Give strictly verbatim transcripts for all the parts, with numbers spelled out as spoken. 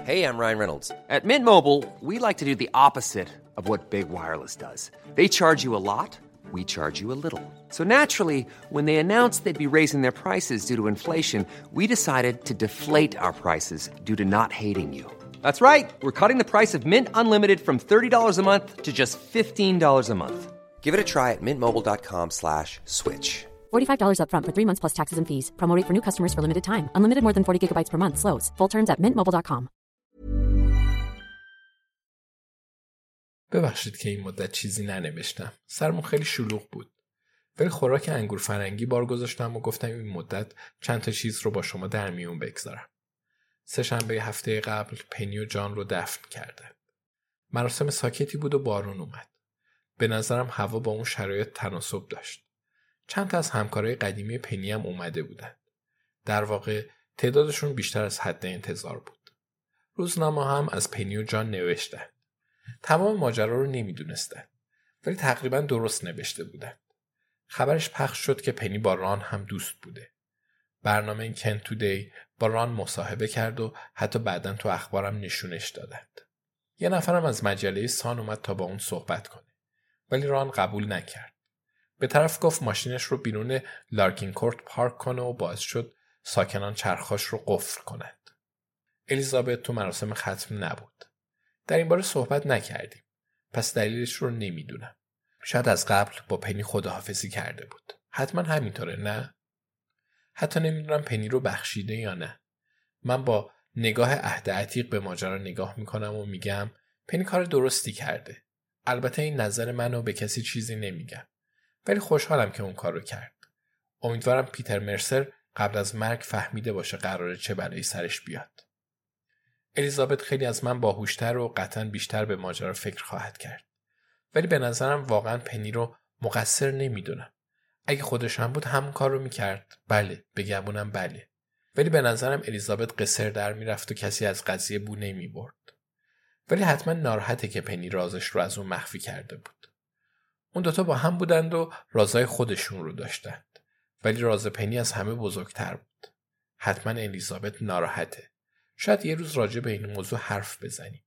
Hey, I'm Ryan Reynolds. At Mint Mobile, we like to do the opposite of what Big Wireless does. They charge you a lot, we charge you a little. So naturally, when they announced they'd be raising their prices due to inflation, we decided to deflate our prices due to not hating you. That's right. We're cutting the price of Mint Unlimited from thirty dollars a month to just fifteen dollars a month. Give it a try at mintmobile.com slash switch. forty-five dollars up front for three months plus taxes and fees. Promo rate for new customers for limited time. Unlimited more than forty gigabytes per month. Slows full terms at mint mobile dot com. ببخشید که این مدت چیزی ننوشتم. سرمون خیلی شلوغ بود. ولی خوراک انگور فرنگی بار گذاشتم و گفتم این مدت چند تا چیز رو با شما در میون بگذارم. سه شنبه هفته قبل پنی و جان رو دفن کردن. مراسم ساکتی بود و بارون اومد. به نظرم هوا با اون شرایط تناسب داشت. چند تا از همکارای قدیمی پنی هم اومده بودن. در واقع تعدادشون بیشتر از حد انتظار بود. روزنامه هم از پنی و جان نوشتن. تمام ماجرا رو نمیدونستن. ولی تقریبا درست نوشته بودن. خبرش پخش شد که پنی با ران هم دوست بوده. برنامه کن تودی با ران مصاحبه کرد و حتی بعداً تو اخبارم نشونش دادند. یه نفرم از مجله سان اومد تا با اون صحبت کنه. ولی ران قبول نکرد. به طرف گفت ماشینش رو بیرون لارکین کورت پارک کنه و باعث شد ساکنان چرخاش رو قفل کنند. الیزابت تو مراسم ختم نبود. در این باره صحبت نکردیم. پس دلیلش رو نمیدونم. شاید از قبل با پنی خداحافظی کرده بود. حتما همینطوره نه؟ حتی نمیدونم پنی رو بخشیده یا نه. من با نگاه عهد عتیق به ماجرا نگاه میکنم و میگم پنی کار درستی کرده. البته این نظر منو به کسی چیزی نمیگم. ولی خوشحالم که اون کارو کرد. امیدوارم پیتر مرسر قبل از مرگ فهمیده باشه قراره چه بلایی سرش بیاد. الیزابت خیلی از من باهوشتر و قطعاً بیشتر به ماجرا فکر خواهد کرد. ولی به نظرم واقعاً پنی رو مقصر نمیدونم. اگه خودش هم بود همون کار رو میکرد. بله، بگمونم بله. ولی به نظرم الیزابت قصر در میرفت و کسی از قضیه بو نمیبرد. ولی حتما ناراحته که پنی رازش رو از اون مخفی کرده بود. اون دوتا با هم بودند و رازای خودشون رو داشتند. ولی راز پنی از همه بزرگتر بود. حتما الیزابت ناراحته. شاید یه روز راجع به این موضوع حرف بزنیم.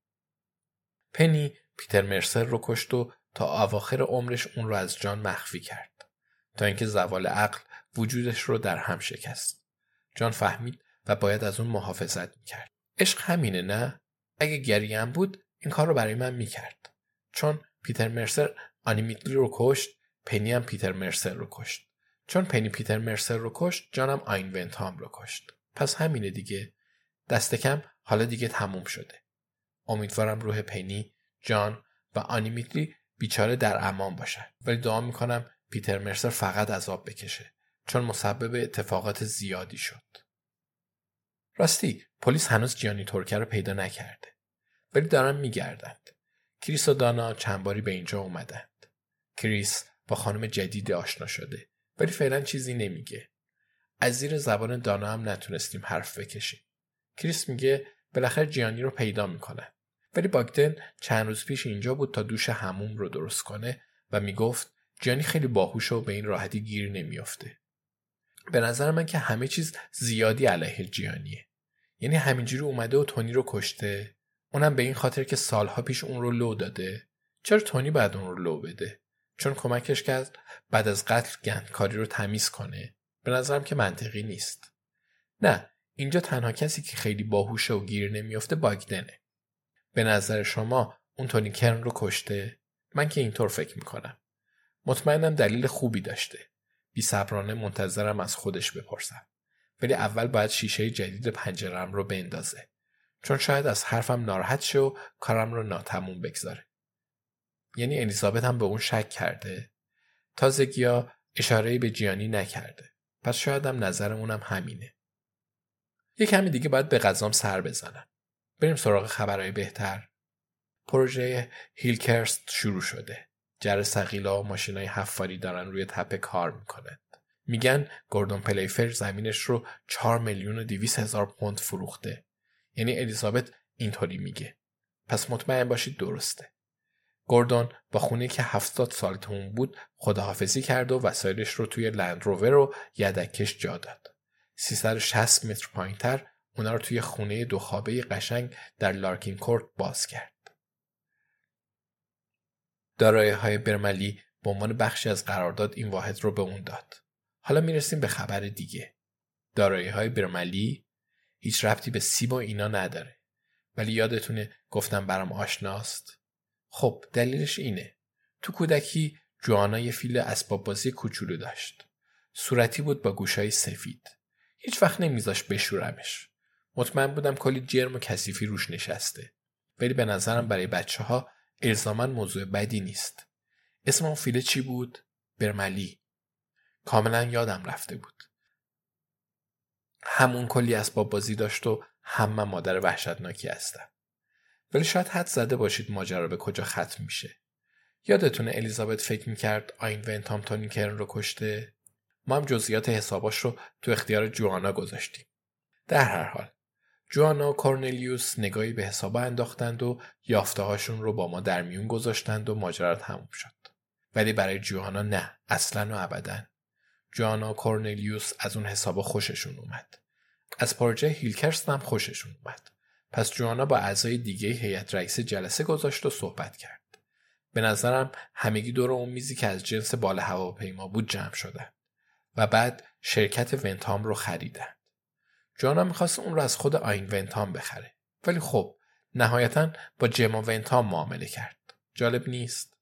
پنی پیتر مرسر رو کشت و تا اواخر عمرش اون رو از جان مخفی کرد. تا اینکه زوال عقل وجودش رو در هم شکست. جان فهمید و باید از اون محافظت میکرد. عشق همینه نه؟ اگه گری هم بود این کار رو برای من میکرد. چون پیتر مرسر آنی میتلی رو کشت، پنی هم پیتر مرسر رو کشت. چون پنی پیتر مرسر رو کشت، جانم آین ونتام رو کشت. پس همینه دیگه. دست کم حالا دیگه تموم شده. امیدوارم روح پنی، جان و آنی میتلی بیچاره در امان باشن. ولی دعا میکنم پیتر مرسر فقط عذاب بکشه. چون مسبب اتفاقات زیادی شد. راستی پلیس هنوز جیانی تورکر رو پیدا نکرده. ولی دارن میگردند. کریس و دانا چند باری به اینجا اومدند. کریس با خانم جدید آشنا شده. ولی فعلا چیزی نمیگه. از زیر زبان دانا هم نتونستیم حرف بکشیم. کریس میگه بالاخره جیانی رو پیدا میکنن. ولی باگدن چند روز پیش اینجا بود تا دوش حموم رو درست کنه و میگفت جیانی خیلی باهوشه و به این راحتی گیر نمیافته. به نظر من که همه چیز زیادی علیه جیانیه. یعنی همینجوری اومده و تونی رو کشته. اونم به این خاطر که سالها پیش اون رو لو داده. چرا تونی بعد اون رو لو بده؟ چون کمکش کرد بعد از قتل گندکاری رو تمیز کنه. به نظرم که منطقی نیست. نه، اینجا تنها کسی که خیلی باهوشه و گیر نمیافته باگدنه. به نظر شما اون تونی کرن رو کشته؟ من که اینطور فکر میکنم. مطمئنم دلیل خوبی داشته. بی صبرانه منتظرم از خودش بپرسم. ولی اول باید شیشه جدید پنجره‌ام رو بندازه. چون شاید از حرفم ناراحت شه و کارم رو ناتموم بگذاره. یعنی الیزابت هم به اون شک کرده. تازگی‌ها اشاره‌ای به جیانی نکرده. پس شاید هم نظرمونم همینه. یه کمی دیگه باید به غذام سر بزنم. بریم سراغ خبرهای بهتر. پروژه هیلکرست شروع شده. جر ثقیلا و ماشینای حفاری دارن روی تپه کار میکنن. میگن گوردون پلیفر زمینش رو چهار میلیون و دویست هزار پوند فروخته. یعنی الیزابت اینطوری میگه. پس مطمئن باشید درسته. گوردون با خونه که هفتاد سالتون بود خداحافظی کرد و وسایلش رو توی لند روور و یدکش جا داد. سیصد و شصت متر پایینتر اونا رو توی خونه دو خوابه قشنگ در لارکین کورت باز کرد. دارایی‌های برملی به عنوان بخشی از قرارداد این واحد رو به اون داد. حالا میرسیم به خبر دیگه. دارایی‌های برملی هیچ ربطی به سیب و اینا نداره. ولی یادتونه گفتم برام آشناست؟ خب دلیلش اینه. تو کودکی جوانا یه فیل اسباب بازی کوچولو داشت. صورتی بود با گوشای سفید. هیچ وقت نمیذاش بشورمش. مطمئن بودم کلی جرم و کثیفی روش نشسته. ولی به نظرم برای بچه‌ها الزاماً موضوع بدی نیست. اسم اون فیل چی بود؟ برملی. کاملا یادم رفته بود. همون کلی اسباب بازی داشت و هم من مادر وحشتناکی هستم. ولی شاید حد زده باشید ماجرا به کجا ختم میشه. یادتونه الیزابت فکر میکرد آین ونتام تونی کرن رو کشته؟ ما هم جزئیات حساباش رو تو اختیار جوانا گذاشتیم. در هر حال جوانا و کورنلیوس نگاهی به حسابا انداختند و یافته‌هاشون رو با ما در میون گذاشتند و ماجرا تموم شد. ولی برای جوانا نه، اصلاً و ابداً. جوانا و کورنلیوس از اون حسابا خوششون اومد. از پروژه هیلکرست هم خوششون اومد. پس جوانا با اعضای دیگه هیئت رئیس جلسه گذاشت و صحبت کرد. به نظرم همگی دور اون میزی که از جنس بال هواپیما بود جمع شدن و بعد شرکت ونتام رو خریدن. جوانا میخواست اون رو از خود آین ونتام بخره. ولی خب نهایتاً با جما ونتام معامله کرد. جالب نیست؟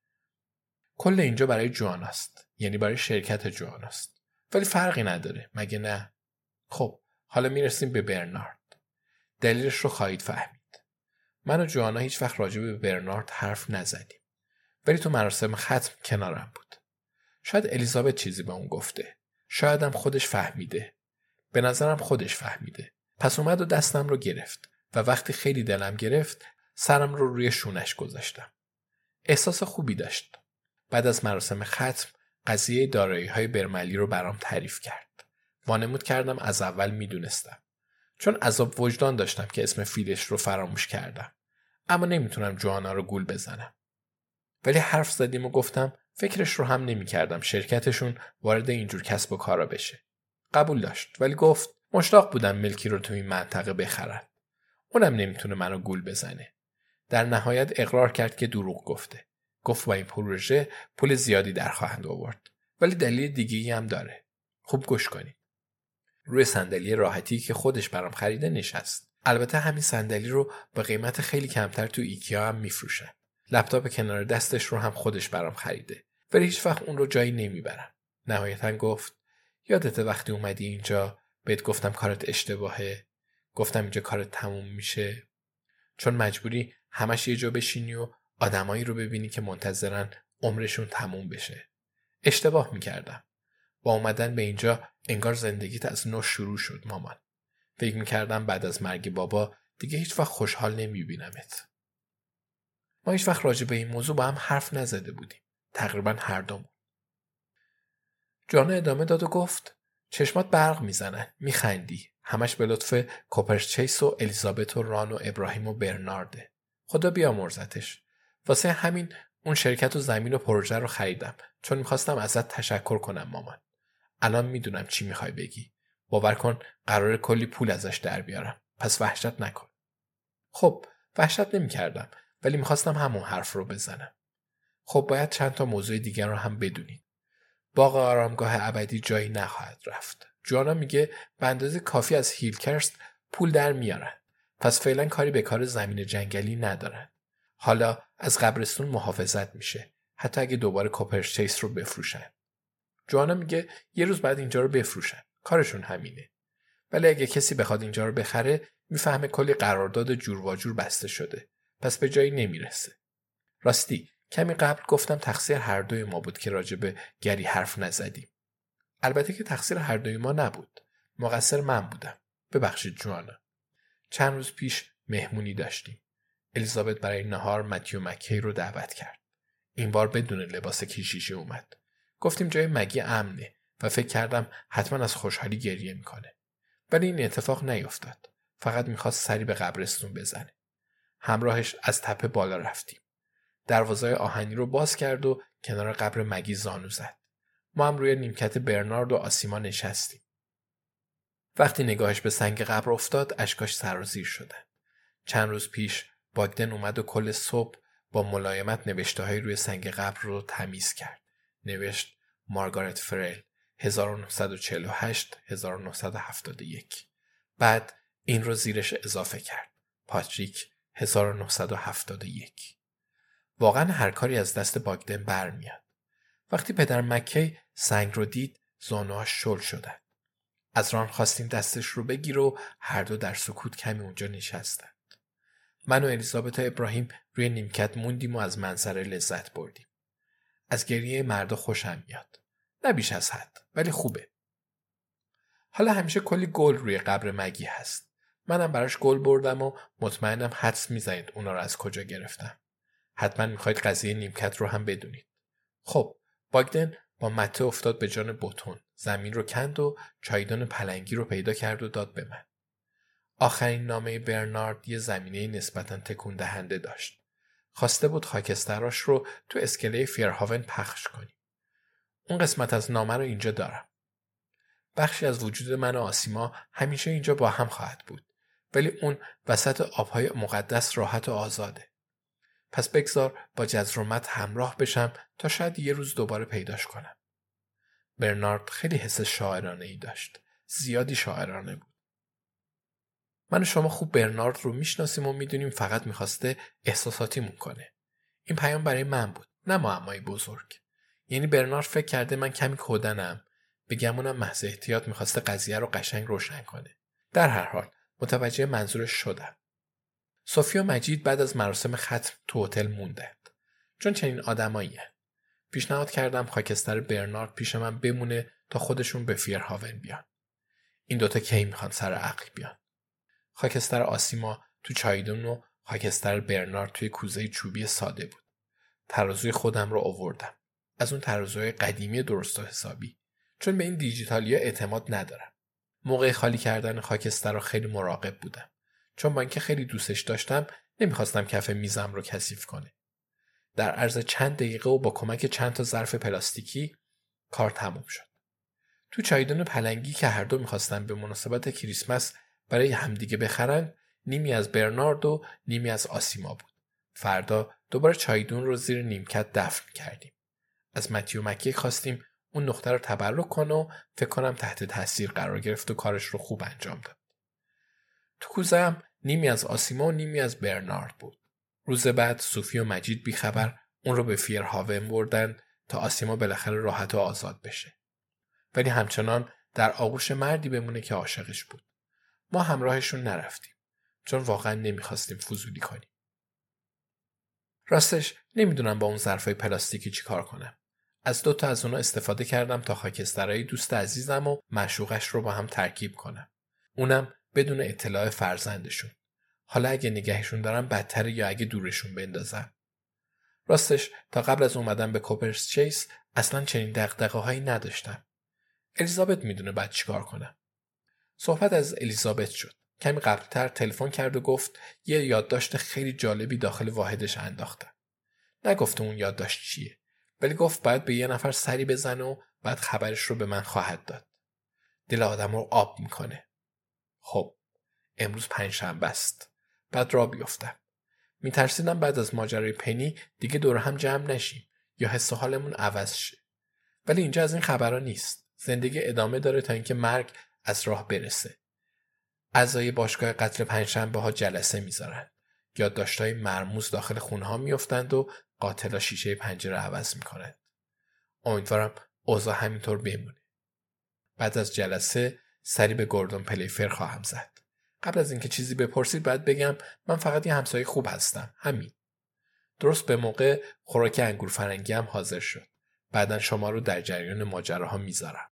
کل اینجا برای جواناست. یعنی برای شرکت جواناست. ولی فرقی نداره. مگه نه؟ خب حالا میرسیم به برنارد. دلیلش رو خواهید فهمید. من و جوانا هیچ وقت راجع به برنارد حرف نزدیم. ولی تو مراسم ختم کنارم بود. شاید الیزابت چیزی به اون گفته. شاید هم خودش فهمیده. به نظرم خودش فهمیده. پس اومد و دستم رو گرفت و وقتی خیلی دلم گرفت سرم رو روی شونش گذاشتم. احساس خوبی داشت. بعد از مراسم ختم قضیه دارایی‌های برملی رو برام تعریف کرد. وانمود کردم از اول میدونستم. چون عذاب وجدان داشتم که اسم فیلش رو فراموش کردم. اما نمیتونم جوانا رو گول بزنم. ولی حرف زدیم و گفتم فکرش رو هم نمی کردم شرکتشون وارد اینجور کسب و کارا بشه. قبول داشت ولی گفت مشتاق بودم ملکی رو تو این منطقه بخرن. اونم نمیتونه منو گول بزنه. در نهایت اقرار کرد که دروغ گفته. گفت با این پروژه پول زیادی در خواهند آورد. ولی دلیل دیگه‌ای هم داره. خوب گوش کنید. روی صندلی راحتی که خودش برام خریده نشست. البته همین صندلی رو با قیمت خیلی کمتر تو ایکیا هم میفروشن. لپتاپ کنار دستش رو هم خودش برام خریده. ولی هیچ وقت اون رو جایی نمیبرم. نهایتاً گفت یادته وقتی اومدی اینجا بهت گفتم کارت اشتباهه؟ گفتم اینجا کارت تموم میشه؟ چون مجبوری همش یه جا بشینی و آدمایی رو ببینی که منتظرن عمرشون تموم بشه. اشتباه میکردم. با اومدن به اینجا انگار زندگیت از نو شروع شد مامان. فکر میکردم بعد از مرگ بابا دیگه هیچ وقت خوشحال نمیبینمت. ما هیچ وقت راجع به این موضوع با هم حرف نزده بودیم. تقریبا هر دومون. جوانا ادامه داد و گفت چشمات برق میزنن. میخندی. همش به لطف کوپرچیس و الیزابت و ران و ابراهیم و برنارده. خدا بیامرزتش. واسه همین اون شرکت و زمین و پروژه رو خریدم چون میخواستم ازت تشکر کنم مامان. الان میدونم چی میخوای بگی. باور کن قرار کلی پول ازش در بیارم. پس وحشت نکن. خب وحشت نمیکردم ولی میخواستم همون حرف رو بزنم. خب باید چند تا موضوع دیگر رو هم بدونید. باغ آرامگاه ابدی جایی نخواهد رفت. جوانا میگه به اندازه کافی از هیلکرست پول در میارن. پس فعلا کاری به کار زمین جنگلی ندارن. حالا از قبرستون محافظت میشه. حتی اگه دوباره کوپرچیس رو بفروشن. جوانا میگه یه روز بعد اینجا رو بفروشن. کارشون همینه. ولی اگه کسی بخواد اینجا رو بخره میفهمه کلی قرارداد جور و جور بسته شده. پس به جایی نمیرسه. راستی کمی قبل گفتم تقصیر هر دوی ما بود که راجع به گری حرف نزدیم. البته که تقصیر هر دوی ما نبود. مقصر من بودم. ببخشید جوانا. چند روز پیش مهمونی داشتیم. الیزابت برای نهار متیو مکی رو دعوت کرد. این بار بدون لباس کشیشی اومد. گفتیم جای مگی امنه و فکر کردم حتما از خوشحالی گریه میکنه. ولی این اتفاق نیفتاد. فقط میخواست سری به قبرستون بزنه. همراهش از تپه بالا رفتیم. دروازه آهنی رو باز کرد و کنار قبر مگی زانو زد. ما هم روی نیمکت برنارد و آسیما نشستیم. وقتی نگاهش به سنگ قبر افتاد اشکاش سرازیر شدن. چند روز پیش باگدن اومد و کل صبح با ملایمت نوشته‌های روی سنگ قبر رو تمیز کرد. نوشت مارگارت فرل هزار و نهصد و چهل و هشت تا هزار و نهصد و هفتاد و یک. بعد این رو زیرش اضافه کرد. پاتریک هزار و نهصد و هفتاد و یک. واقعا هر کاری از دست باگدن برمیاد. وقتی پدر مکی سنگ رو دید زانوهاش شل شدن. از ران خواستیم دستش رو بگیر و هر دو در سکوت کمی اونجا نشستند. من و الیزابت و ابراهیم روی نیمکت موندیم و از منظره لذت بردیم. از گریه مردا خوشم میاد. نه بیش از حد، ولی خوبه. حالا همیشه کلی گل روی قبر مگی هست. منم براش گل بردم و مطمئنم حدس میزنید اونا رو از کجا گرفتم. حتما میخواید قضیه نیمکت رو هم بدونید. خب، باگدن با مته افتاد به جان بوتون. زمین رو کند و چایدان پلنگی رو پیدا کرد و داد به من. آخرین نامه برنارد یه زمینه نسبتاً تکون دهنده داشت. خواسته بود خاکستراش رو تو اسکله فیرهاون پخش کنیم. اون قسمت از نامه رو اینجا دارم. بخشی از وجود من و آسیما همیشه اینجا با هم خواهد بود. ولی اون وسط آبهای مقدس راحت و آزاده. پس بگذار با جزرومت همراه بشم تا شاید یه روز دوباره پیداش کنم. برنارد خیلی حس شاعرانه ای داشت. زیادی شاعرانه بود. من و شما خوب برنارد رو میشناسیم و میدونیم فقط میخواسته احساساتیمون کنه. این پیام برای من بود، نه معمایی بزرگ. یعنی برنارد فکر کرده من کمی کودنم، بگمونم محض احتیاط میخواسته قضیه رو قشنگ روشن کنه. در هر حال متوجه منظورش شدم. صوفی و مجید بعد از مراسم ختم تو هتل موندند. چون چنین آدماییه. پیشنهاد کردم خاکستر برنارد پیش من بمونه تا خودشون به فیرهاون بیان. این دوتا کی میخوان سر عقل بیان. خاکستر آسیما تو چایدون و خاکستر برنارد توی کوزه چوبی ساده بود. ترازوی خودم رو آوردم. از اون ترازوی قدیمی درست و حسابی. چون به این دیجیتالیا اعتماد ندارم. موقع خالی کردن خاکستر رو خیلی مراقب بودم. چون با اینکه خیلی دوستش داشتم نمیخواستم کف میزم رو کثیف کنه. در عرض چند دقیقه و با کمک چند تا ظرف پلاستیکی کار تموم شد. تو چایدون پلنگی که هر دو میخواستن به مناسبت کریسمس برای همدیگه بخرن، نیمی از برنارد و نیمی از آسیما بود. فردا دوباره چایدون رو زیر نیمکت دفن کردیم. از متیو مکی خواستیم اون نقطه رو تبرک کنه و فکر کنم تحت تاثیر قرار گرفت و کارش رو خوب انجام داد. تو کوزه هم نیمی از آسیما و نیمی از برنارد بود. روز بعد صوفی و مجید بیخبر اون رو به فیرهاون بردن تا آسیما بالاخره راحت و آزاد بشه. ولی همچنان در آغوش مردی بمونه که عاشقش بود. ما همراهشون نرفتیم چون واقعا نمیخواستیم فضولی کنیم. راستش نمیدونم با اون ظرفای پلاستیکی چی کار کنم. از دو تا از اونا استفاده کردم تا خاکسترهای دوست عزیزم و معشوقش رو با هم ترکیب کنم. اونم بدون اطلاع فرزندشون. حالا اگه نگهشون دارم بدتره یا اگه دورشون بندازم. راستش تا قبل از اومدن به کوپرس چیس اصلا چنین دغدغه‌هایی نداشتم. الیزابت میدونه بعد چیکار کنم. صحبت از الیزابت شد. کمی قبلتر تلفن کرد و گفت یه یادداشت خیلی جالبی داخل واحدش انداختن. نگفت اون یادداشت چیه، ولی گفت باید به یه نفر سری بزنه و بعد خبرش رو به من خواهد داد. دل آدم رو آب میکنه. خب امروز پنجشنبه است. بعد را بیفتم. میترسیدم بعد از ماجرای پنی دیگه دور هم جمع نشیم یا حس و حالمون عوض شه. ولی اینجا از این خبرها نیست. زندگی ادامه داره تا اینکه مرگ از راه برسه. اعضای باشگاه قتل پنجشنبه ها جلسه میذارن. یادداشت‌های مرموز داخل خونه‌ها میافتند و قاتلا شیشه پنجره عوض میکنند. امیدوارم اوضاع همینطور بمونه. بعد از جلسه سری به گوردون پلیفر خواهم زد. قبل از اینکه چیزی بپرسید باید بگم من فقط یه همسایه خوب هستم. همین. درست به موقع خوراک انگور فرنگی هم حاضر شد. بعدن شما رو در جریان ماجراها میذارم.